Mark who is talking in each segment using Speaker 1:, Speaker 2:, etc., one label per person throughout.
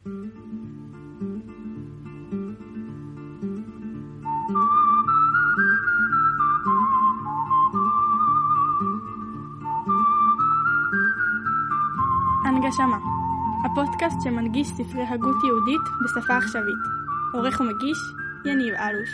Speaker 1: הנגשמה, הפודקאסט שמנגיש ספרי הגות יהודית בשפה עכשווית. עורך ומגיש, יניב אלוש.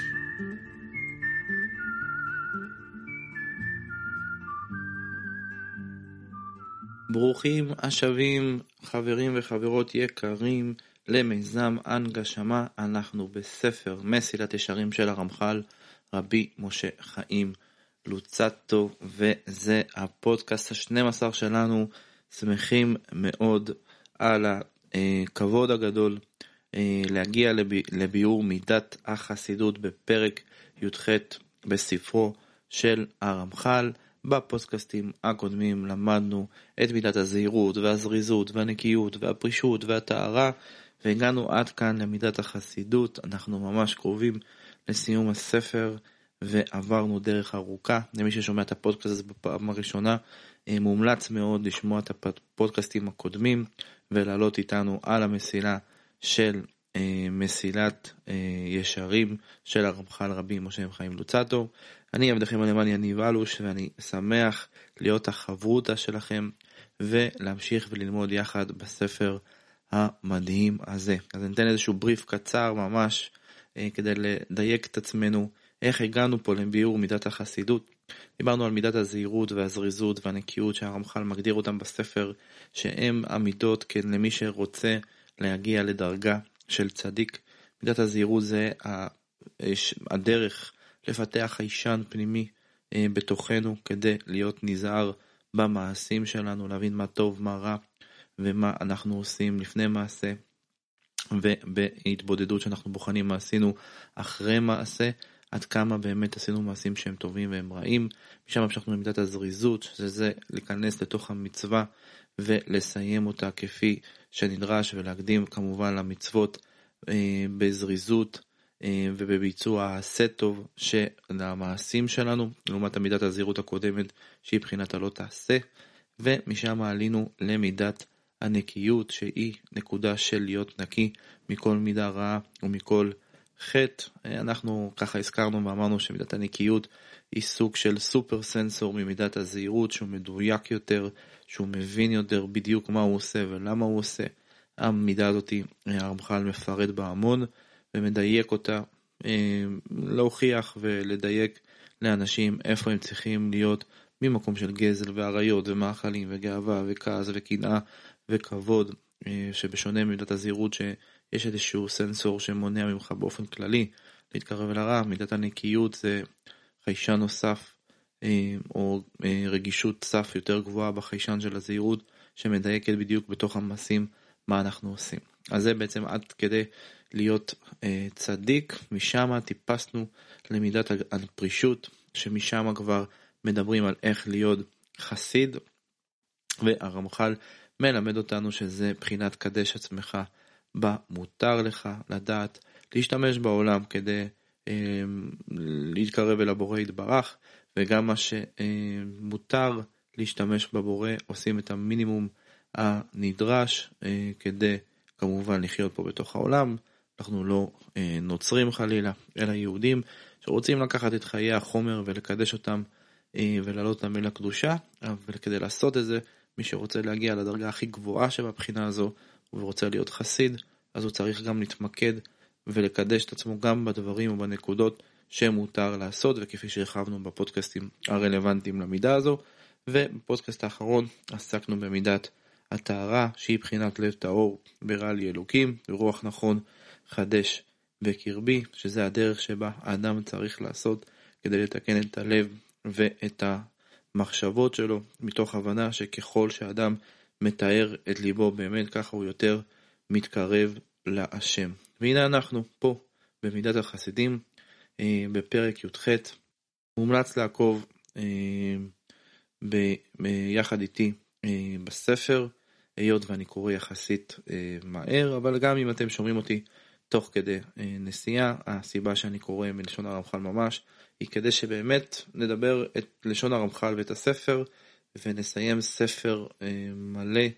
Speaker 2: ברוכים השבים, חברים וחברות יקרים, למיזם הנגשמה. אנחנו בספר מסילת ישרים של הרמח"ל, רבי משה חיים לוצאטו, וזה הפודקאסט ה-12 שלנו. שמחים מאוד על הכבוד הגדול להגיע לביאור מידת החסידות בפרק י"ח בספרו של הרמח"ל. בפודקאסטים הקודמים למדנו את מידת הזהירות והזריזות והנקיות והפרישות והטהרה, והגענו עד כאן למידת החסידות. אנחנו ממש קרובים לסיום הספר ועברנו דרך ארוכה. למי ששומע את הפודקאסט הזה בפעם הראשונה, מומלץ מאוד לשמוע את הפודקאסטים הקודמים ולעלות איתנו על המסילה של מסילת ישרים של הרמח"ל רבי משה חיים לוצאטו. אני עבדכם הנאמן יניב אלוש, ואני שמח להיות החברותה שלכם ולהמשיך וללמוד יחד בספר המדהים הזה. אז ניתן איזשהו בריף קצר ממש כדי לדייק את עצמנו איך הגענו פה לביאור מידת החסידות. דיברנו על מידת הזהירות והזריזות והנקיות שהרמח"ל מגדיר אותם בספר, שהם המידות כן למי שרוצה להגיע לדרגה של צדיק. מידת הזהירות זה הדרך לפתח חיישן פנימי בתוכנו כדי להיות נזהר במעשים שלנו, להבין מה טוב, מה רע ומה אנחנו עושים לפני מעשה, ובהתבודדות שאנחנו בוחנים מה עשינו אחרי מעשה, עד כמה באמת עשינו מעשים שהם טובים והם רעים. משם המשכנו למידת הזריזות, שזה להיכנס לתוך המצווה ולסיים אותה כפי שנדרש, ולהקדים כמובן למצוות בזריזות ובביצוע העשה טוב של המעשים שלנו, לעומת מידת הזהירות הקודמת שהיא בחינת הלא תעשה. ומשם עלינו למידת הנקיות, שהיא נקודה של להיות נקי מכל מידה רעה ומכל חטא. אנחנו ככה הזכרנו ואמרנו שמידת הנקיות היא סוג של סופר סנסור ממידת הזהירות, שהוא מדויק יותר, שהוא מבין יותר בדיוק מה הוא עושה ולמה הוא עושה. המידה הזאת הרמח"ל מפרט בה המון ומדייק אותה, להוכיח ולדייק לאנשים איפה הם צריכים להיות ממקום של גזל ועריות ומאכלים וגאווה וכעס וקנאה וכבוד, שבשונה ממידת הזהירות שיש איזשהו סנסור שמונע ממך באופן כללי להתקרב אל הרע. מידת הנקיות זה חיישן נוסף או רגישות סף יותר גבוהה בחיישן של הזהירות, שמדייקת בדיוק בתוך המעשים מה אנחנו עושים. אז זה בעצם עד כדי להיות צדיק. משם טיפסנו למידת הפרישות, שמשם כבר מדברים על איך להיות חסיד, והרמח"ל מלמד אותנו שזה בחינת קדש עצמך במותר לך לדעת להשתמש בעולם כדי להתקרב אל הבורא יתברך, וגם מה שמותר להשתמש בבורא עושים את המינימום הנדרש כדי כמובן לחיות פה בתוך העולם. אנחנו לא נוצרים חלילה, אלא יהודים שרוצים לקחת את חיי החומר ולקדש אותם ולעלות אותם אל הקדושה. וכדי לעשות את זה, מי שרוצה להגיע לדרגה הכי גבוהה שבבחינה הזו ורוצה להיות חסיד, אז הוא צריך גם להתמקד ולקדש את עצמו גם בדברים ובנקודות שמותר לעשות, וכפי שהרחבנו בפודקאסטים הרלוונטיים למידה הזו. ובפודקאסט האחרון עסקנו במידת הטהרה, שהיא בחינת לב טהור ברע לי אלוקים ורוח נכון חדש בקרבי, שזה הדרך שבה האדם צריך לעשות כדי לתקן את הלב ואת המחשבות שלו, מתוך הבנה שככל שאדם מתאר את ליבו באמת, ככה הוא יותר מתקרב להשם. והנה אנחנו פה במידת החסידים בפרק י"ח. מומלץ לעקוב ביחד איתי בספר, היות ואני קורא יחסית מהר, אבל גם אם אתם שומעים אותי תוך כדי נסיעה, הסיבה שאני קורא מלשון הרמח"ל ממש היא כדי שבאמת נדבר את לשון הרמח"ל ואת הספר, ונסיים ספר מלא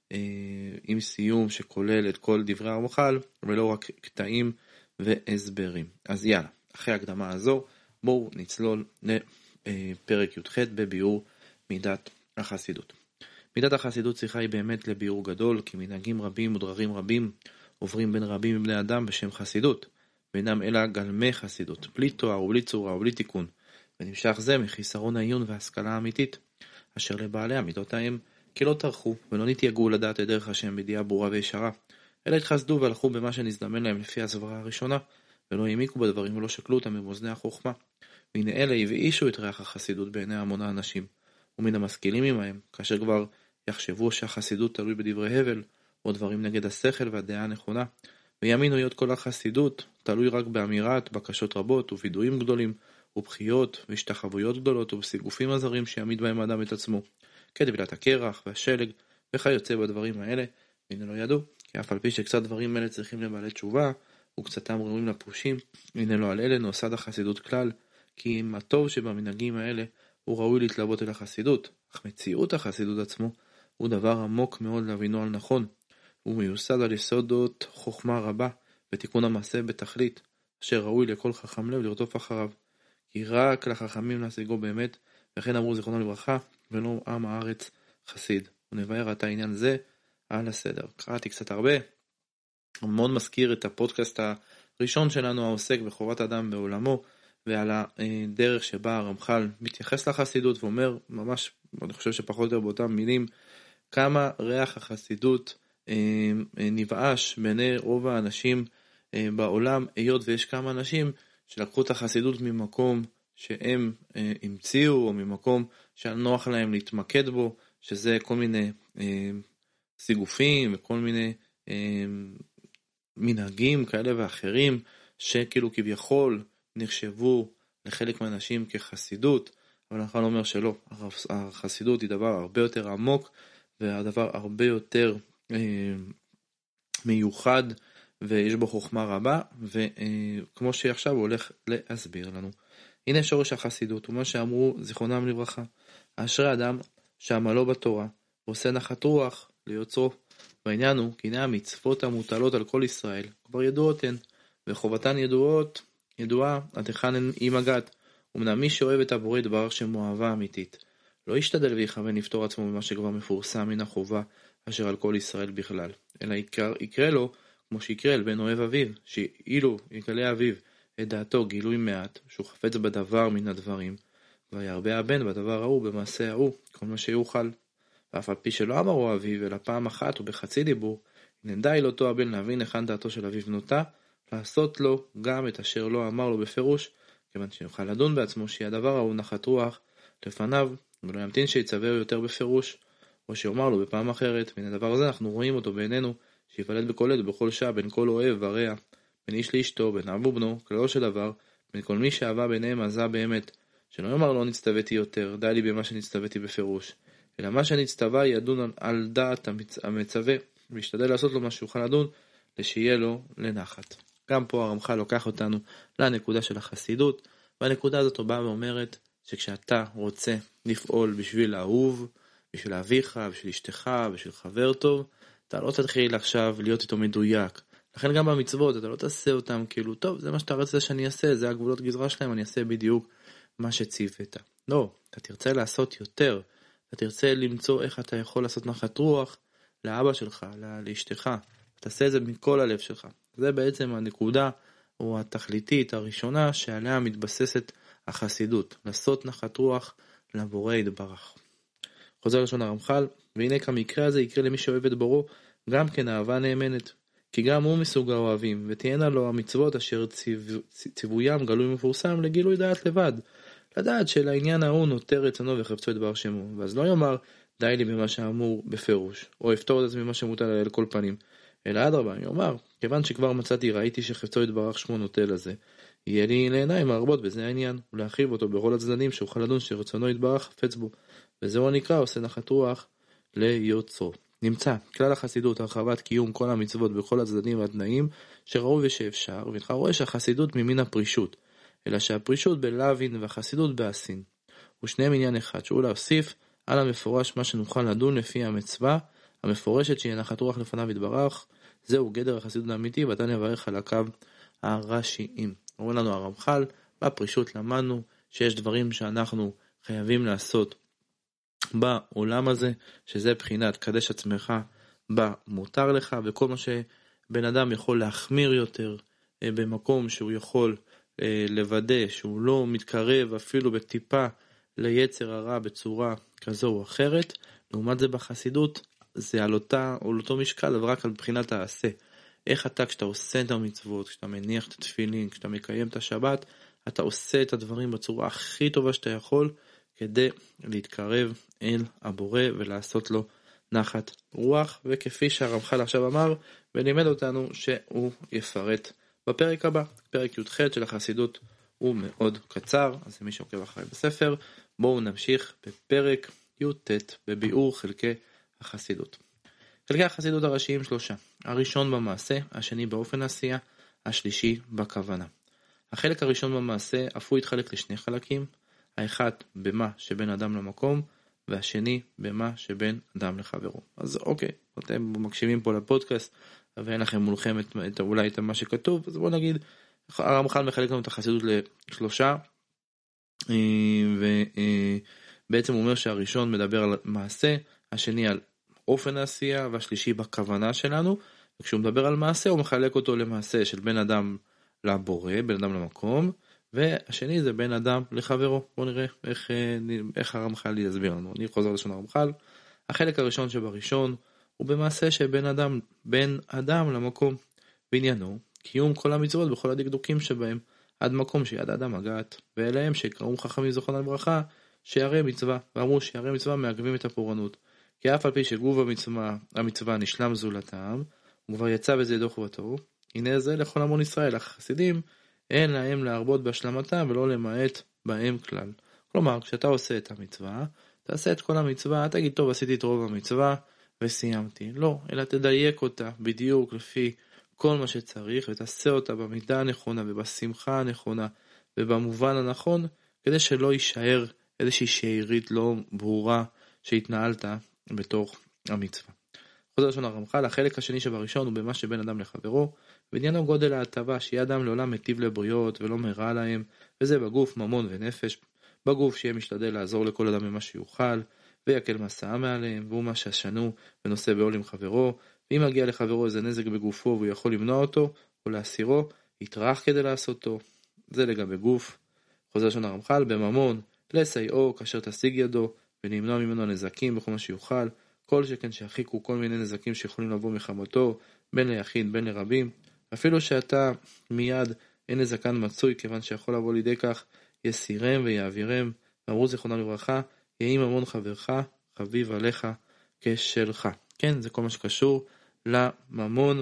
Speaker 2: עם סיום שכולל את כל דברי הרמח"ל, ולא רק קטעים והסברים. אז יאללה, אחרי ההקדמה הזו, בואו נצלול לפרק י"ח בביאור מידת החסידות. מידת החסידות צריכה היא באמת לביאור גדול, כי מנהגים רבים ודררים רבים עוברים בין רבים מבני אדם בשם חסידות, ואינם אלא גלמי חסידות, בלי תואר ובלי צורה ובלי תיקון, ונמשך זה מחיסרון העיון וההשכלה האמיתית, אשר לבעלי המידות ההם, כי לא טרחו ולא נתייגעו לדעת את דרך השם בידיעה ברורה וישרה, אלא התחסדו והלכו במה שנזדמן להם לפי הסברה הראשונה, ולא העמיקו בדברים ולא שקלו אותם במאזני החוכמה. והנה אלה הבאישו את ריח החסידות בעיני המון האנשים, ומן המשכילים עמהם, כאשר כבר יחשבו שהחסידות תלוי בדברי הבל, או דברים נגד השכל והדעה הנכונה, ויאמינו להיות כל החסידות תלוי רק באמירת בקשות רבות ווידויים גדולים, ובחיות והשתחוויות גדולות ובסיגופים הזרים שיעמיד בהם האדם את עצמו, כטבילת הקרח והשלג וכיוצא בדברים האלה. והנה לא ידעו, כי אף על פי שקצת דברים אלה צריכים לבעלי תשובה, וקצתם ראויים לפרושים, הנה לא על אלה נוסד החסידות כלל, כי אם הטוב שבמנהגים האלה הוא ראוי להתלוות אל החסידות, אך מציאות החסידות עצמו הוא דבר עמוק מאוד להבינו על נכון, הוא מיוסד על יסודות חוכמה רבה ותיקון המעשה בתכלית, אשר ראוי לכל חכם לב לרדוף אחריו, כי רק לחכמים להשיגו באמת, וכן אמרו זיכרונם לברכה, ולא עם הארץ חסיד. ונבהר עתה העניין זה על הסדר. קראתי קצת הרבה, מאוד מזכיר את הפודקאסט הראשון שלנו העוסק בחובת אדם בעולמו, ועל הדרך שבה הרמח"ל מתייחס לחסידות ואומר ממש, אני חושב שפחות או יותר באותם מילים, כמה ריח החסידות נבאש בעיני רוב האנשים בעולם, היות ויש כמה אנשים שלקחו את החסידות ממקום שהם המציאו, או ממקום שנוח להם להתמקד בו, שזה כל מיני סיגופים וכל מיני מנהגים כאלה ואחרים, שכאילו כביכול נחשבו לחלק מהאנשים כחסידות, אבל אנחנו אומר שלא, החסידות היא דבר הרבה יותר עמוק, והדבר הרבה יותר מיוחד, ויש בו חוכמה רבה, וכמו שעכשיו הוא הולך להסביר לנו. הנה שורש החסידות, ומה שאמרו זיכרונם לברכה, אשרי אדם שעמלו בתורה, ועושה נחת רוח ליוצרו. והעניין הוא, כי הנה המצוות המוטלות על כל ישראל, כבר ידועות הן, וחובתן ידועה עד היכן הן עם הגת, ומנם מי שאוהב את הבורא יתברך שמו אהבה אמיתית. לא ישתדל ויכוון לפתור עצמו ממה שכבר מפורסם מן החובה, אשר על כל ישראל בכלל, אלא יקרה לו, כמו שיקרה אל בן אוהב אביו, שאילו יגלה אביו את דעתו גילוי מעט, שהוא חפץ בדבר מן הדברים, וירבה הבן בדבר ההוא במעשה ההוא, כל מה שיוכל. ואף על פי שלא אמרו אביו, אלא פעם אחת ובחצי דיבור, הנה די לאותו הבן להבין היכן דעתו של אביו נוטה, לעשות לו גם את אשר לא אמר לו בפירוש, כיוון שיוכל לדון בעצמו שיהיה הדבר ההוא נחת רוח לפניו, ולא ימתין שיצווה יותר בפירוש, או שיאמר לו בפעם אחרת. מן הדבר הזה אנחנו רואים אותו בעינינו, שיוולד בכל עת ובכל שעה בין כל אוהב ורע, בין איש לאשתו, בין אב ובנו, כללו של דבר, בין כל מי שאהבה ביניהם עזה באמת, שלא יאמר לא נצטוויתי יותר, די לי במה שנצטוויתי בפירוש, אלא מה שנצטווה ידון על דעת המצווה, וישתדל לעשות לו מה שיוכל לדון, לשיהיה לו לנחת. גם פה הרמח"ל לוקח אותנו לנקודה של החסידות, והנקודה הזאת באה ואומרת שכשאתה רוצה לפעול בשביל האהוב, בשביל אביך, בשביל אשתך, בשביל חבר טוב, אתה לא תתחיל עכשיו להיות איתו מדויק. לכן גם במצוות, אתה לא תעשה אותם כאילו, טוב, זה מה שאתה רצה שאני אעשה, זה הגבולות גזרה שלהם, אני אעשה בדיוק מה שציווית. לא, אתה תרצה לעשות יותר, אתה תרצה למצוא איך אתה יכול לעשות נחת רוח לאבא שלך, לאשתך, תעשה את זה מכל הלב שלך. זה בעצם הנקודה או התכליתית הראשונה שעליה מתבססת החסידות, לעשות נחת רוח לבורא יתברך. חוזר לשון הרמח"ל, והנה כמקרה הזה יקרה למי שאוהב את בוראו, גם כן אהבה נאמנת, כי גם הוא מסוג האוהבים, ותהיינה לו המצוות אשר ציוויים גלוי מפורסם לגילוי דעת לבד, לדעת שלעניין ההוא נותר רצונו וחפצו יתברך שמו, ואז לא יאמר די לי במה שאמור בפירוש, או אפתור את עצמי מה שמוטל על כל פנים, אלא אדרבה, יאמר, כיוון שכבר מצאתי ראיתי שחפצו יתברך שמו נוטה לזה, יהיה לי לעיניים להרבות בזה העניין, ולהרחיב אותו בכל הצדדים שאוכל לדון שרצונו יתברך חפץ בו, וזהו הנקרא עושה נחת רוח ליוצרו. נמצא כלל החסידות הרחבת קיום כל המצוות בכל הצדדים והתנאים שראו ושאפשר, ואינך רואה שהחסידות ממין הפרישות, אלא שהפרישות בלאווין והחסידות בעשין, ושניהם עניין אחד, שהוא להוסיף על המפורש מה שנוכל לדון לפי המצווה, המפורשת שהיא נחת רוח לפניו יתברך, זהו גדר החסידות האמיתי, ואתה נברך על הקו הראשיים. אומר לנו הרמח"ל, בפרישות למדנו שיש דברים שאנחנו חייבים לעשות בעולם הזה, שזה בחינת קדש עצמך במותר לך, וכל מה שבן אדם יכול להחמיר יותר במקום שהוא יכול לוודא שהוא לא מתקרב אפילו בטיפה ליצר הרע בצורה כזו או אחרת. לעומת זה בחסידות זה על אותו משקל, אבל רק על בחינת העשה. איך אתה כשאתה עושה את המצוות, כשאתה מניח את התפילין, כשאתה מקיים את השבת, אתה עושה את הדברים בצורה הכי טובה שאתה יכול כדי להתקרב אל הבורא ולעשות לו נחת רוח, וכפי שהרמח"ל עכשיו אמר ולימד אותנו שהוא יפרט בפרק הבא. פרק י"ח של החסידות הוא מאוד קצר, אז מי שעוקב אחרי בספר, בואו נמשיך בפרק י"ט בביאור חלקי החסידות. חלקי החסידות הראשיים 3, הראשון במעשה, השני באופן העשייה, השלישי בכוונה. החלק הראשון במעשה אף הוא יתחלק לשני חלקים, האחד במה שבין אדם למקום, והשני במה שבין אדם לחברו. אז אוקיי, אתם מקשיבים פה לפודקאסט, ואין לכם מולכם אולי את מה שכתוב, אז בואו נגיד, הרמח"ל מחלק לנו את החסידות לשלושה, ובעצם הוא אומר שהראשון מדבר על מעשה, השני על אופן העשייה, והשלישי בכוונה שלנו, וכשהוא מדבר על מעשה, הוא מחלק אותו למעשה של בין אדם לבורא, בין אדם למקום, והשני זה בין אדם לחברו. בואו נראה איך הרמח"ל יסביר לנו. אני חוזר לשון הרמח"ל. החלק הראשון שבראשון הוא במעשה שבין אדם למקום, בעניינו קיום כל המצוות בכל הדקדוקים שבהם, עד מקום שיד האדם הגעת, ואליהם שקראו חכמים זכרונם לברכה שערי מצווה, ואמרו שערי מצווה מעכבים את הפורענות, כי אף על פי שגוף המצווה נשלם זולתם, הוא כבר יצא בזה ידו חובתו. הנה זה לכל המון ישראל, החסידים אין להם להרבות בהשלמתם ולא למעט בהם כלל. כלומר, כשאתה עושה את המצווה, תעשה את כל המצווה, אל תגיד טוב עשיתי את רוב המצווה וסיימתי. לא, אלא תדייק אותה בדיוק לפי כל מה שצריך, ותעשה אותה במידה הנכונה ובשמחה הנכונה ובמובן הנכון, כדי שלא יישאר איזושהי שארית לא ברורה שהתנהלת בתוך המצווה. חוזר לשון הרמח"ל, החלק השני שבראשון הוא במה שבין אדם לחברו, ועניינו גודל ההטבה, שיהיה אדם לעולם מטיב לבריות ולא מרע להם, וזה בגוף ממון ונפש, בגוף שיהיה משתדל לעזור לכל אדם ממה שיוכל, ויקל מסעה מעליהם, והוא מה שעשנו ונושא בעול עם חברו, ואם מגיע לחברו איזה נזק בגופו והוא יכול למנוע אותו או להסירו, יטרח כדי לעשותו. זה לגבי גוף. חוזר לשון הרמח"ל, בממון לסייעו כאשר תשיג ידו ונמנוע ממנו הנזקים בכל מה שיוכל, כל שכן שיחיקו כל מיני נזקים שיכולים לבוא מחמתו, בין ליחיד בין לרבים, אפילו שאתה מיד אין נזקן מצוי, כיוון שיכול לבוא לידי כך יסירם ויעבירם. ואמרו זכרונם לברכה, יהי ממון חברך חביב עליך כשלך. כן, זה כל מה שקשור לממון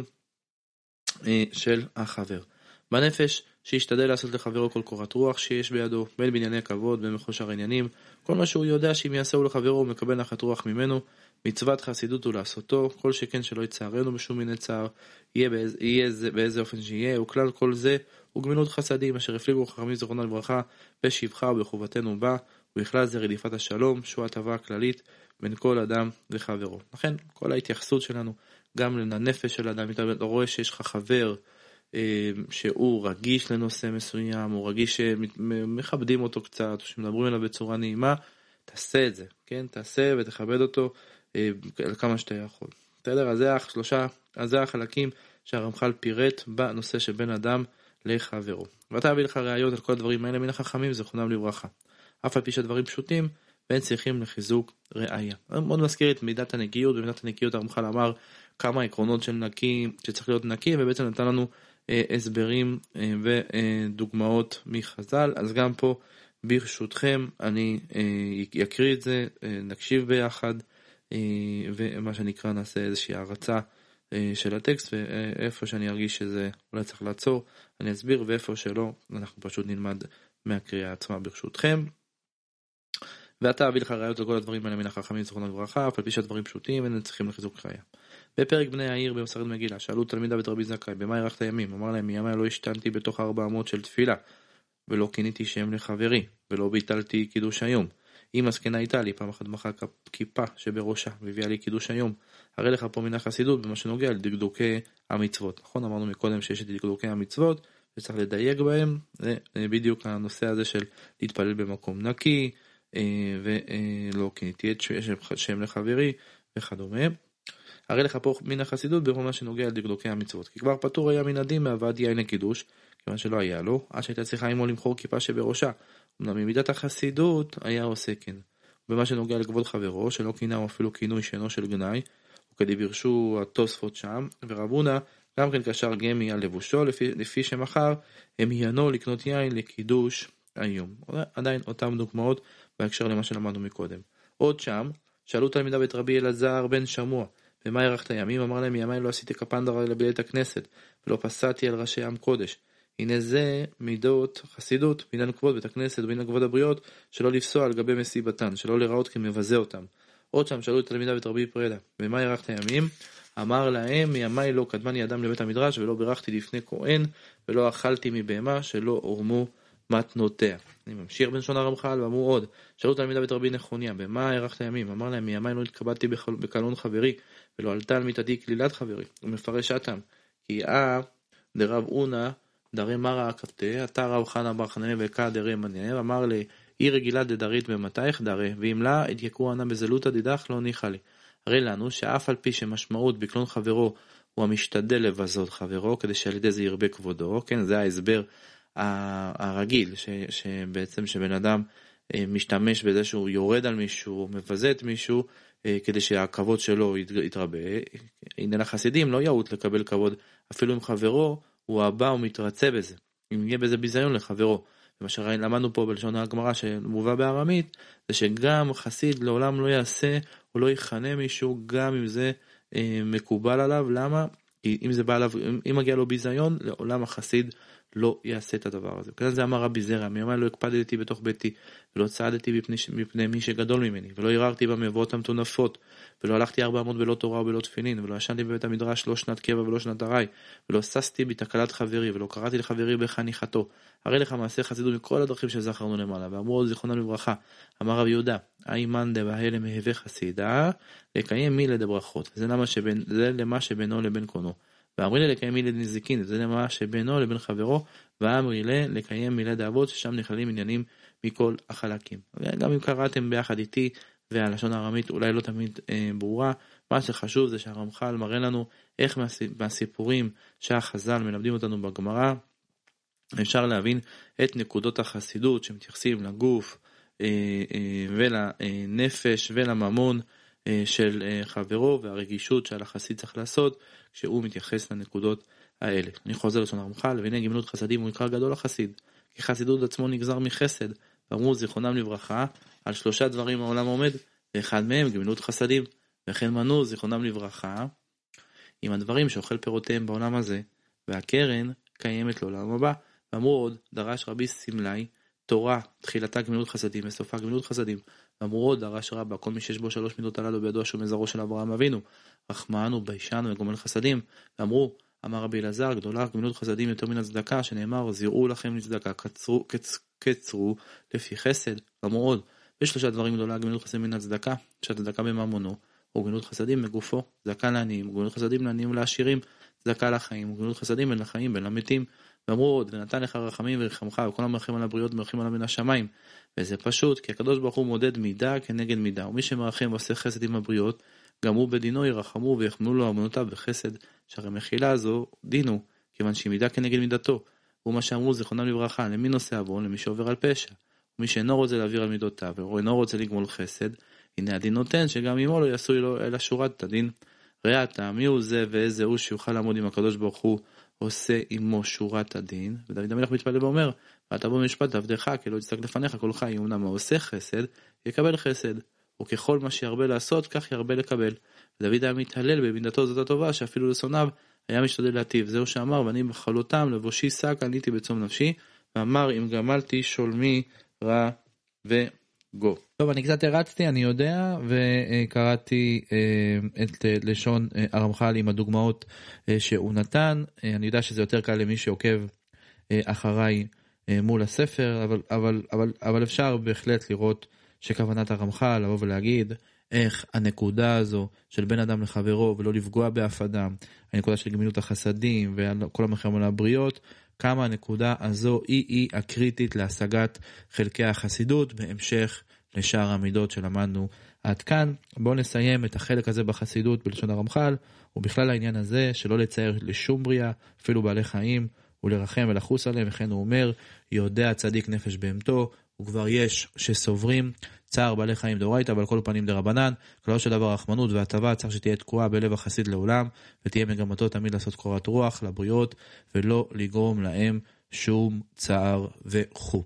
Speaker 2: של החבר. בנפש, שישתדל לעשות לחברו כל קורת רוח שיש בידו, בין בענייני כבוד, בין בחושר העניינים, כל מה שהוא יודע שאם יעשהו לחברו הוא מקבל נחת רוח ממנו. מצוות חסידות הוא לעשותו, כל שכן שלא יצערנו בשום מיני צער, יהיה באיזה אופן שיהיה, וכלל כל זה הוא גמילות חסדים, אשר הפליגו חכמים זכרונם לברכה בשבחה ובחובתנו בה, ובכלל זה רדיפת השלום, שהוא הטבה הכללית בין כל אדם וחברו. לכן כל ההתייחסות שלנו גם לנפש של אדם, אתה רואה שיש לך חבר שהוא רגיש לנושא מסוים, הוא רגיש שמכבדים אותו קצת, או שמדברים אליו בצורה נעימה, תעשה את זה, כן? תעשה ותכבד אותו כמה שאתה יכול. בסדר? אז זה החלקים שהרמח"ל פירט בנושא שבין אדם לחברו. ואתה אביא לך ראיות על כל הדברים האלה מן החכמים זכרונם לברכה. אף על פי שהדברים פשוטים והם צריכים לחיזוק ראיה. מאוד מזכיר את מידת הנקיות, במידת הנקיות הרמח"ל אמר כמה עקרונות של נקי, שצריך להיות נקי, ובעצם נתן לנו הסברים ודוגמאות מחז"ל. אז גם פה ברשותכם אני אקריא את זה, נקשיב ביחד, ומה שנקרא נעשה איזושהי הרצה של הטקסט, ואיפה שאני ארגיש שזה אולי צריך לעצור אני אסביר, ואיפה שלא אנחנו פשוט נלמד מהקריאה עצמה ברשותכם. ואתה אביא לך ראיות לכל הדברים האלה מן החכמים זכרונם לברכה, אף על פי שהדברים פשוטים והם צריכים לחיזוק ראיה. בפרק בני העיר במסכת מגילה, שאלו תלמידיו את רבי זכאי, במה הארכת ימים? אמר להם, מימי לא השתנתי בתוך 400 של תפילה, ולא קיניתי שם לחברי, ולא ביטלתי קידוש היום. אם הזקנה הייתה לי, פעם אחת מחק כיפה שבראשה, והביאה לי קידוש היום. הרי לך פה מן החסידות במה שנוגע לדקדוקי המצוות. נכון, אמרנו מקודם שיש את דקדוקי המצוות, וצריך לדייק בהם, זה בדיוק הנושא הזה של להתפלל במקום נקי, ולא קניתי את שם לחברי, וכדומה. הרי לך פה מן החסידות במה שנוגע לדקדוקי המצוות. כי כבר פטור היה מן הדין מהבאת יין לקידוש, כיוון שלא היה לו, עד שהייתה צריכה עמו למחור כיפה שבראשה. אמנם ממידת החסידות היה עושה כן. במה שנוגע לכבוד חברו, שלא קינה או אפילו כינוי שאינו של גנאי, וכדי בירשו התוספות שם, ורבונה גם כן קשר גמי על לבושו, לפי שמחר הם יענו לקנות יין לקידוש היום. עדיין אותם דוגמאות בהקשר למה שלמדנו מקודם. עוד שם, שאלו תלמידיו את רבי אלעזר בן שמוע, במה ירחת ימים? אמר להם, מימי לא עשיתי כפנדר לבית הכנסת, ולא פסעתי על ראשי עם קודש. הנה זה מידות חסידות, בעניין כבוד בית הכנסת ובעניין כבוד הבריות, שלא לפסוע על גבי מסיבתן, שלא לראות כמבזה אותם. עוד שם שאלו את תלמידיו את רבי פרדה, במה ירחת ימים? אמר להם, מימי לא קדמני אדם לבית המדרש, ולא בירכתי לפני כהן, ולא אכלתי מבהמה, שלא אורמו מתנותיה. אני ממשיך בלשון הרמח"ל, ואמרו עוד, שאלו תלמידיו את רבי נחוניה, במה ירחת ימים? אמר להם, מימי לא התקבלתי בקלון חברי, ולא עלתה על מיטתי כלילת חברי. הוא מפרש אתם, כי דרב אונה דרי מרא הכפתה, אתה רב חנה בר חנניה וקא דרי מניה, אמר לי, אי רגילה דדרית במתייך דרי, ואם לה התייקרו ענה בזלותא דידך לא ניחא לי. הרי לנו שאף על פי שמשמעות בקלון חברו הוא המשתדל לבזות חברו, כדי שעל ידי זה ירבה כבודו, כן, זה ההסבר הרגיל, שבעצם שבן אדם משתמש בזה שהוא יורד על מישהו, מבזה את מישהו, כדי שהכבוד שלו יתרבה. הנה לחסידים לא יאות לקבל כבוד, אפילו עם חברו, הוא הבא ומתרצה בזה, אם יהיה בזה ביזיון לחברו. ומה שלמדנו פה בלשון הגמרא שמובא בארמית, זה שגם חסיד לעולם לא יעשה או לא יכנה מישהו, גם אם זה מקובל עליו. למה? כי אם זה בא עליו, אם מגיע לו ביזיון, לעולם החסיד לא יעשה את הדבר הזה. וכאן זה אמר רבי זרע, מימי לא הקפדתי בתוך ביתי, ולא צעדתי מפני מי שגדול ממני, ולא ערערתי במבואות המטונפות, ולא הלכתי 400 בלא תורה ובלא תפילין, ולא ישנתי בבית המדרש לא שנת קבע ולא שנת ארעי, ולא ששתי בתקלת חברי, ולא קראתי לחברי בחניכתו. הרי לך מעשה חסידות מכל הדרכים שזכרנו למעלה. ואמרו זיכרונם לברכה, אמר רבי יהודה, איימן דבהלה מהווה חסידה, לקיים מילה דברכות. זה למה שבינו לבין קונו. ואמרי לי לקיים מילה נזיקין, זה למה שבינו לבין חברו, ואמרי לי לקיים מילה דאבות, ששם נכללים עניינים מכל החלקים. גם אם קראתם ביחד איתי, והלשון הארמית אולי לא תמיד ברורה, מה שחשוב זה שהרמח"ל מראה לנו איך מהסיפורים שהחז"ל מלמדים אותנו בגמרא, אפשר להבין את נקודות החסידות שמתייחסים לגוף ולנפש ולממון של חברו, והרגישות שעל החסיד צריך לעשות כשהוא מתייחס לנקודות האלה. אני חוזר לשון הרמח"ל, והנה גמילות חסדים הוא עיקר גדול לחסיד, כי חסידות עצמו נגזר מחסד. ואמרו זיכרונם לברכה, על 3 דברים העולם עומד, ואחד מהם גמילות חסדים, וכן מנו זיכרונם לברכה, עם הדברים שאוכל פירותיהם בעולם הזה, והקרן קיימת לעולם הבא. ואמרו עוד, דרש רבי סמלי, תורה, תחילתה גמילות חסדים, וסופה גמילות חסדים. ואמרו עוד, דרש רבא, כל מי שיש בו 3 מידות הללו בידו שהוא מזרעו של אברהם אבינו, רחמן וביישן וגומל חסדים. ואמרו, אמר רבי אלעזר, גדולה גמילות חסדים יותר מן הצדקה, שנאמר, זירעו לכם לצדקה, קצרו לפי חסד. ואמרו עוד, יש 3 דברים גדולה גמילות חסדים מן הצדקה, שהצדקה בממונו, וגמילות חסדים מגופו, צדקה לעניים, וגמילות חסדים לעניים ולעשירים, צדקה לחיים, וגמילות חסדים בין לחיים בין למתים. ואמרו עוד, ונתן לך רחמים ורחמך, וכל המרחם על הבריות מרחים עליו מן השמיים. וזה פשוט, כי הקדוש ברוך הוא מודד מידה כנגד מידה, ומי שמרחם ועושה חסד עם הבריות, גם הוא בדינו ירחמו ויחמלו לו אמונותיו בחסד, שהרי מחילה זו דינו, כיוון שהיא מידה כנגד מידתו. ומה שאמרו זיכרונם לברכה, למי נושא עוון? למי שעובר על פשע. ומי שאינו רוצה להעביר על מידותיו, ואינו רוצה לגמול חסד, הנה הדין נותן שגם עמו לא יעשו לו אלא שורת הדין. ראה אתה, מי הוא זה ואיזה הוא שיוכל לעמוד עם הקדוש ברוך הוא עושה עמו שורת הדין. ודוד המלך מתפלל ואומר, ואתה בו משפט עבדך, כי לא יצטק לפניך כל חי, אמנם העושה חסד יקבל חסד, וככל מה שירבה לעשות כך ירבה לקבל. ודוד היה מתהלל במידתו זאת הטובה, שאפילו לשונאיו היה משתדל להטיב. זהו שאמר, ואני בחלותם לבושי שק עניתי בצום נפשי, ואמר אם גמלתי שולמי רע וגו. טוב, אני קצת הרצתי, אני יודע, וקראתי את לשון הרמח"ל עם הדוגמאות שהוא נתן. אני יודע שזה יותר קל למי שעוקב אחריי מול הספר, אבל אפשר בהחלט לראות שכוונת הרמח"ל לבוא ולהגיד איך הנקודה הזו של בין אדם לחברו ולא לפגוע באף אדם, הנקודה של גמילות החסדים וכל המלחמה על הבריות, כמה הנקודה הזו היא הקריטית להשגת חלקי החסידות בהמשך לשאר המידות שלמדנו עד כאן. בואו נסיים את החלק הזה בחסידות בלשון הרמח"ל, ובכלל העניין הזה שלא לצייר לשום בריאה, אפילו בעלי חיים, ולרחם ולחוס עליהם, וכן הוא אומר, יודע צדיק נפש בהמתו, וכבר יש שסוברים צער בעלי חיים דאורייתא, אבל כל פנים דרבנן, כלומר של דבר רחמנות והטבה צריך שתהיה תקועה בלב החסיד לעולם, ותהיה מגמתו תמיד לעשות קורת רוח לבריות, ולא לגרום להם שום צער וכו'.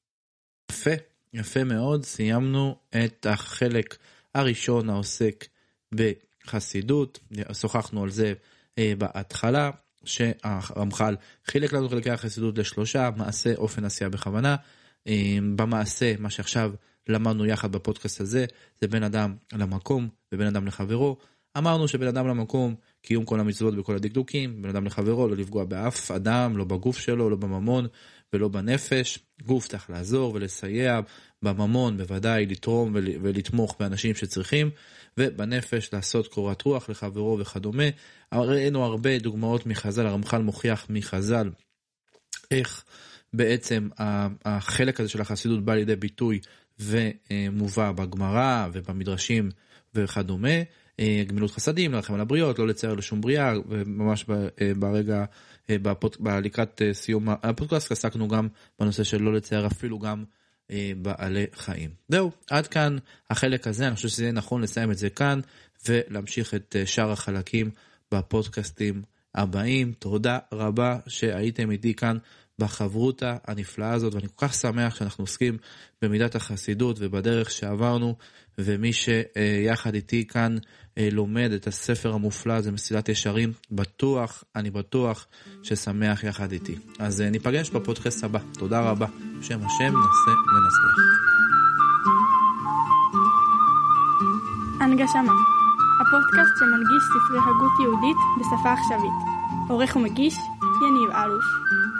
Speaker 2: יפה מאוד, סיימנו את החלק הראשון העוסק בחסידות, שוחחנו על זה בהתחלה, שהרמח"ל חילק לנו חלקי החסידות לשלושה, מעשה, אופן, עשייה בכוונה. במעשה, מה שעכשיו למדנו יחד בפודקאסט הזה, זה בין אדם למקום ובין אדם לחברו. אמרנו שבין אדם למקום, קיום כל המצוות בכל הדקדוקים, בין אדם לחברו, לא לפגוע באף אדם, לא בגוף שלו, לא בממון ולא בנפש. גוף צריך לעזור ולסייע, בממון בוודאי לתרום ולתמוך באנשים שצריכים, ובנפש לעשות קורת רוח לחברו וכדומה. ראינו הרבה דוגמאות מחז"ל, הרמח"ל מוכיח מחז"ל איך בעצם החלק הזה של החסידות בא לידי ביטוי ומובא בגמרא ובמדרשים וכדומה. גמילות חסדים, לרחם על הבריות, לא לצייר לשום בריאה, וממש ברגע, לקראת סיום הפודקאסט עסקנו גם בנושא של לא לצייר אפילו גם בעלי חיים. זהו, עד כאן החלק הזה, אני חושב שזה נכון לסיים את זה כאן, ולהמשיך את שאר החלקים בפודקאסטים הבאים. תודה רבה שהייתם איתי כאן בחברותה הנפלאה הזאת, ואני כל כך שמח שאנחנו עוסקים במידת החסידות ובדרך שעברנו, ומי שיחד איתי כאן לומד את הספר המופלא הזה מסילת ישרים, אני בטוח ששמח יחד איתי. אז ניפגש בפודקאסט הבא. תודה רבה. בשם השם נעשה ונצליח.
Speaker 1: הנגשמה, הפודקאסט שמנגיש ספרי הגות יהודית בשפה עכשווית. עורך ומגיש יניב אלוש.